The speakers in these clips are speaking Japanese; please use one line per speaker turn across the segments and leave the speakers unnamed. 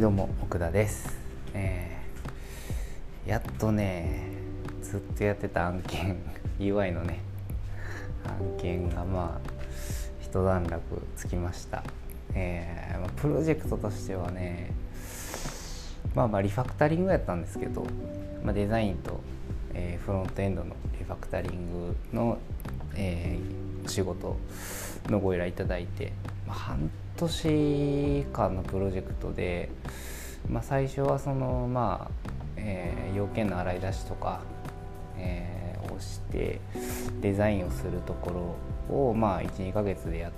どうも奥田です。やっとねずっとやってた案件UI のね案件が一段落つきました。プロジェクトとしてはねリファクタリングやったんですけど、デザインと、フロントエンドのリファクタリングの、仕事のご依頼いただいて、半年間のプロジェクトで、最初はその要件の洗い出しとか、をしてデザインをするところを1,2 ヶ月でやって、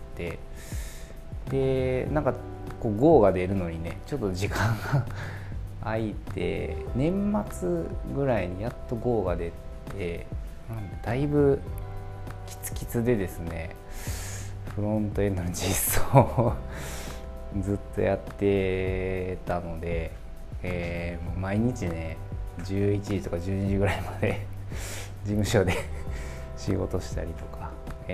でGo が出るのにねちょっと時間が空いて、年末ぐらいにやっと Go が出て、だいぶキツキツでですね、フロントエンドの実装をずっとやってたので、毎日ね11時とか12時ぐらいまで事務所で仕事したりとか、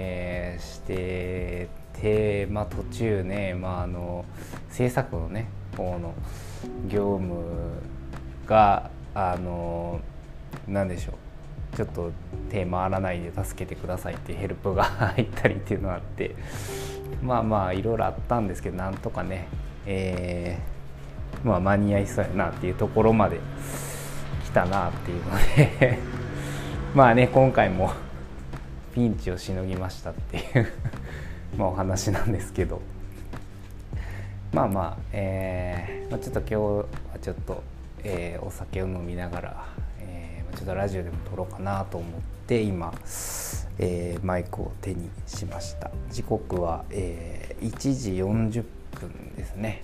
してて、途中ね、制作のね方の業務が何でしょう、ちょっと手回らないで助けてくださいっていうヘルプが入ったりっていうのがあって、いろいろあったんですけど、なんとかね、間に合いそうやなっていうところまで来たなっていうので今回もピンチをしのぎましたっていうお話なんですけど、ちょっと今日はちょっと、お酒を飲みながら、ちょっとラジオでも撮ろうかなと思って今、マイクを手にしました。時刻は、1時40分ですね。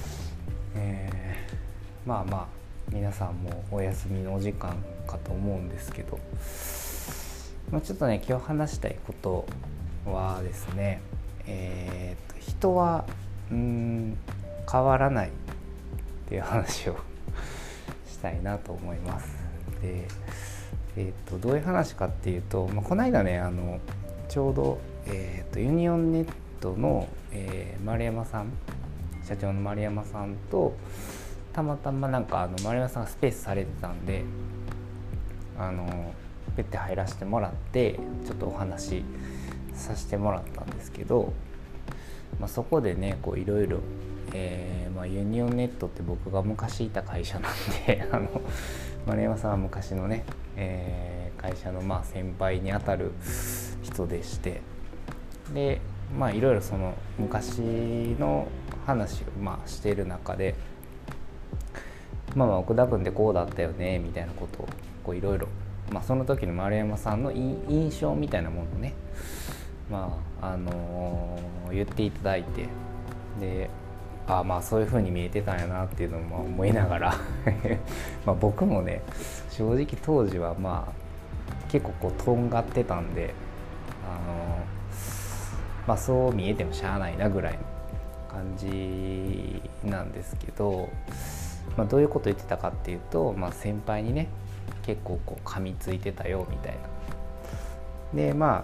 皆さんもお休みのお時間かと思うんですけど、ちょっとね今日話したいことはですね、人は変わらないっていう話をしたいなと思います。で、どういう話かっていうと、この間ねちょうど、ユニオンネットの、丸山さん、社長の丸山さんとたまたま丸山さんがスペースされてたんでペッて入らせてもらってちょっとお話させてもらったんですけど、そこでねいろいろユニオンネットって僕が昔いた会社なんで丸山さんは昔のね、会社の先輩にあたる人でして、でいろいろその昔の話をしている中で、奥田君ってこうだったよねみたいなことをいろいろその時の丸山さんの印象みたいなものをね言っていただいて、でそういう風に見えてたんやなっていうのも思いながら僕もね正直当時は結構とんがってたんでそう見えてもしゃあないなぐらいの感じなんですけど、どういうこと言ってたかっていうと、先輩にね結構噛みついてたよみたいな。で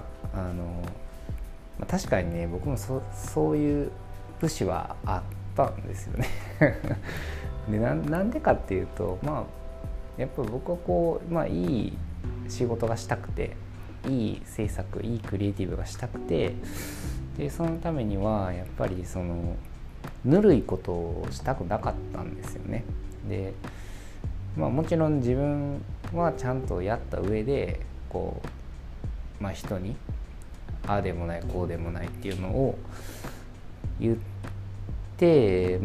確かにね僕もそういう節はあったんですよねでなんでかっていうとやっぱり僕はいい仕事がしたくて、いい制作、いいクリエイティブがしたくて、でそのためにはやっぱりそのぬるいことをしたくなかったんですよね。でもちろん自分はちゃんとやった上で人にああでもないこうでもないっていうのを言って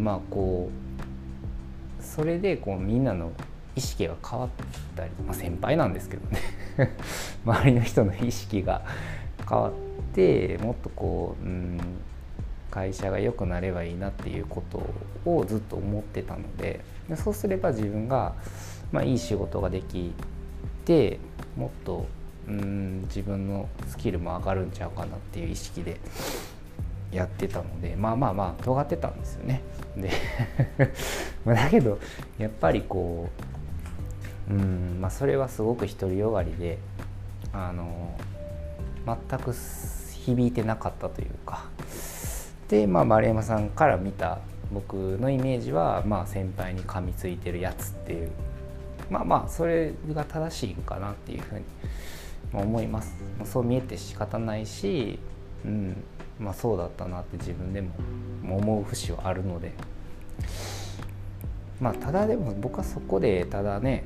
それでみんなの意識が変わったり、先輩なんですけどね周りの人の意識が変わってもっと会社が良くなればいいなっていうことをずっと思ってたので、そうすれば自分がいい仕事ができて、もっと自分のスキルも上がるんちゃうかなっていう意識でやってたので尖ってたんですよね。でだけどやっぱりそれはすごく独りよがりで全く響いてなかったというか、で丸山さんから見た僕のイメージは、先輩に噛みついてるやつっていう、それが正しいかなっていうふうに思います。そう見えて仕方ないし、そうだったなって自分でも思う節はあるので、ただでも僕はそこでただね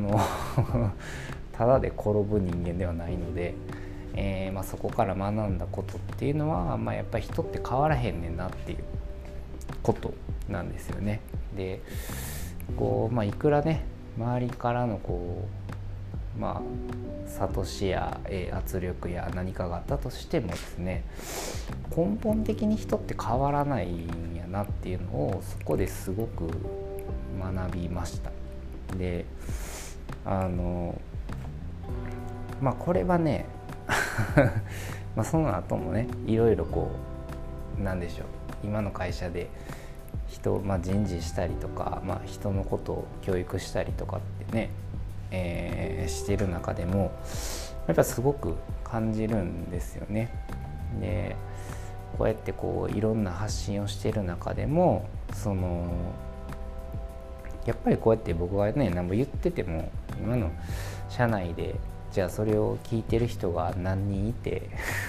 ただで転ぶ人間ではないので、そこから学んだことっていうのは、やっぱり人って変わらへんねんなっていうことなんですよね。でいくらね周りからの諭しや、圧力や何かがあったとしてもですね、根本的に人って変わらないんやなっていうのをそこですごく学びました。でこれはねその後もねいろいろなんでしょう、今の会社で人、人事したりとか、人のことを教育したりとかってね、してる中でもやっぱすごく感じるんですよね。でこうやっていろんな発信をしてる中でもやっぱりこうやって僕がね何も言ってても今の社内でじゃあそれを聞いてる人が何人いて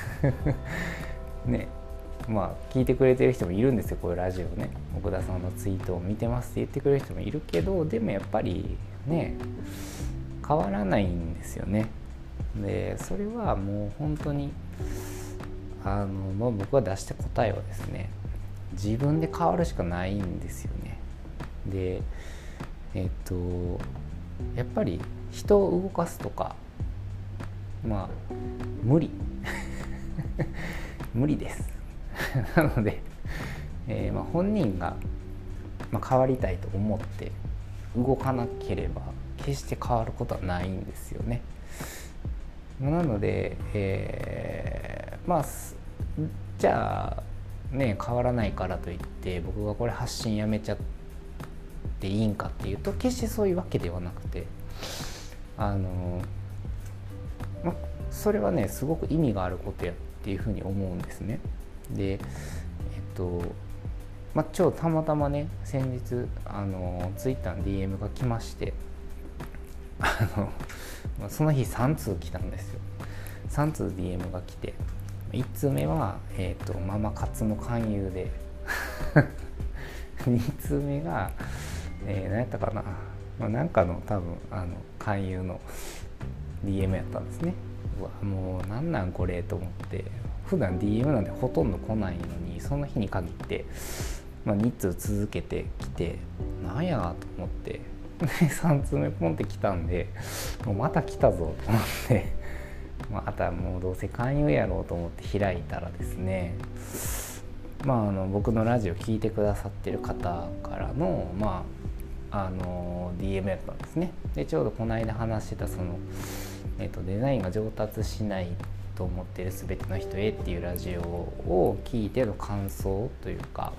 ね、聞いてくれてる人もいるんですよ。こういうラジオね、奥田さんのツイートを見てますって言ってくれる人もいるけど、でもやっぱりね変わらないんですよね。でそれはもう本当に僕が出した答えはですね、自分で変わるしかないんですよね。でやっぱり人を動かすとか無理無理ですなので、本人が、変わりたいと思って動かなければ決して変わることはないんですよね。なので、じゃあね変わらないからといって僕がこれ発信やめちゃっていいんかっていうと決してそういうわけではなくて、それはねすごく意味があることやっていうふうに思うんですね。で超たまたまね先日ツイッターの DM が来ましてその日3通来たんですよ。3通 DM が来て、1通目は、ママ活の勧誘で2通目が、何やったかな、なんかの多分勧誘の DM やったんですね。うわもうなんなんこれと思って、普段 DM なんてほとんど来ないのにその日に限って、2通続けてきてなんやと思って3通目ポンって来たんで、もうまた来たぞと思ってまたもうどうせ勧誘やろうと思って開いたらですね、僕のラジオ聞いてくださってる方からのDM やったんですね。でちょうどこの間話してたデザインが上達しないと思っている全ての人へっていうラジオを聞いての感想というか、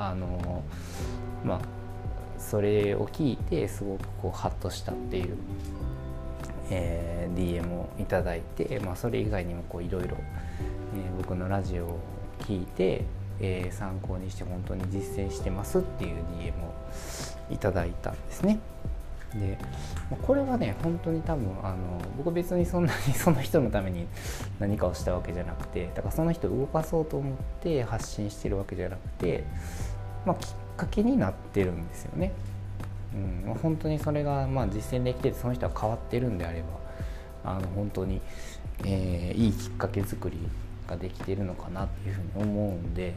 それを聞いてすごくハッとしたっていう、DM をいただいて、それ以外にもいろいろ僕のラジオを聞いて、参考にして本当に実践してますっていう DM をいただいたんですね。でこれはね本当に多分僕別にそんなにその人のために何かをしたわけじゃなくて、だからその人を動かそうと思って発信してるわけじゃなくて、きっかけになってるんですよね。本当にそれが実践できててその人が変わってるんであれば本当に、いいきっかけ作りができているのかなっていうふうに思うんで、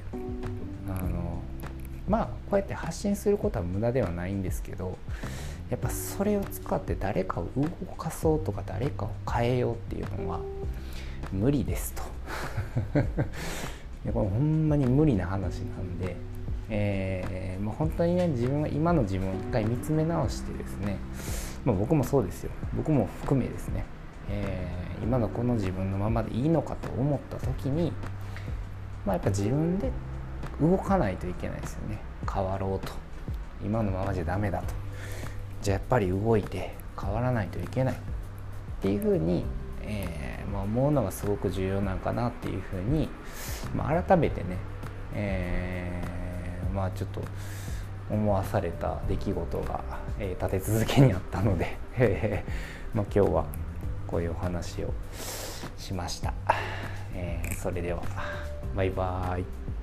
こうやって発信することは無駄ではないんですけど、やっぱそれを使って誰かを動かそうとか誰かを変えようっていうのは無理ですとこれほんまに無理な話なんで、本当にね今の自分を一回見つめ直してですね、僕もそうですよ、僕も含めですね、今のこの自分のままでいいのかと思った時に、やっぱ自分で動かないといけないですよね。変わろうと、今のままじゃダメだと、じゃあやっぱり動いて変わらないといけないっていうふうに、思うのがすごく重要なんかなっていうふうに、改めてね、 まあちょっと思わされた出来事が、立て続けにあったのでまあ今日はこういうお話をしました。それではバイバーイ。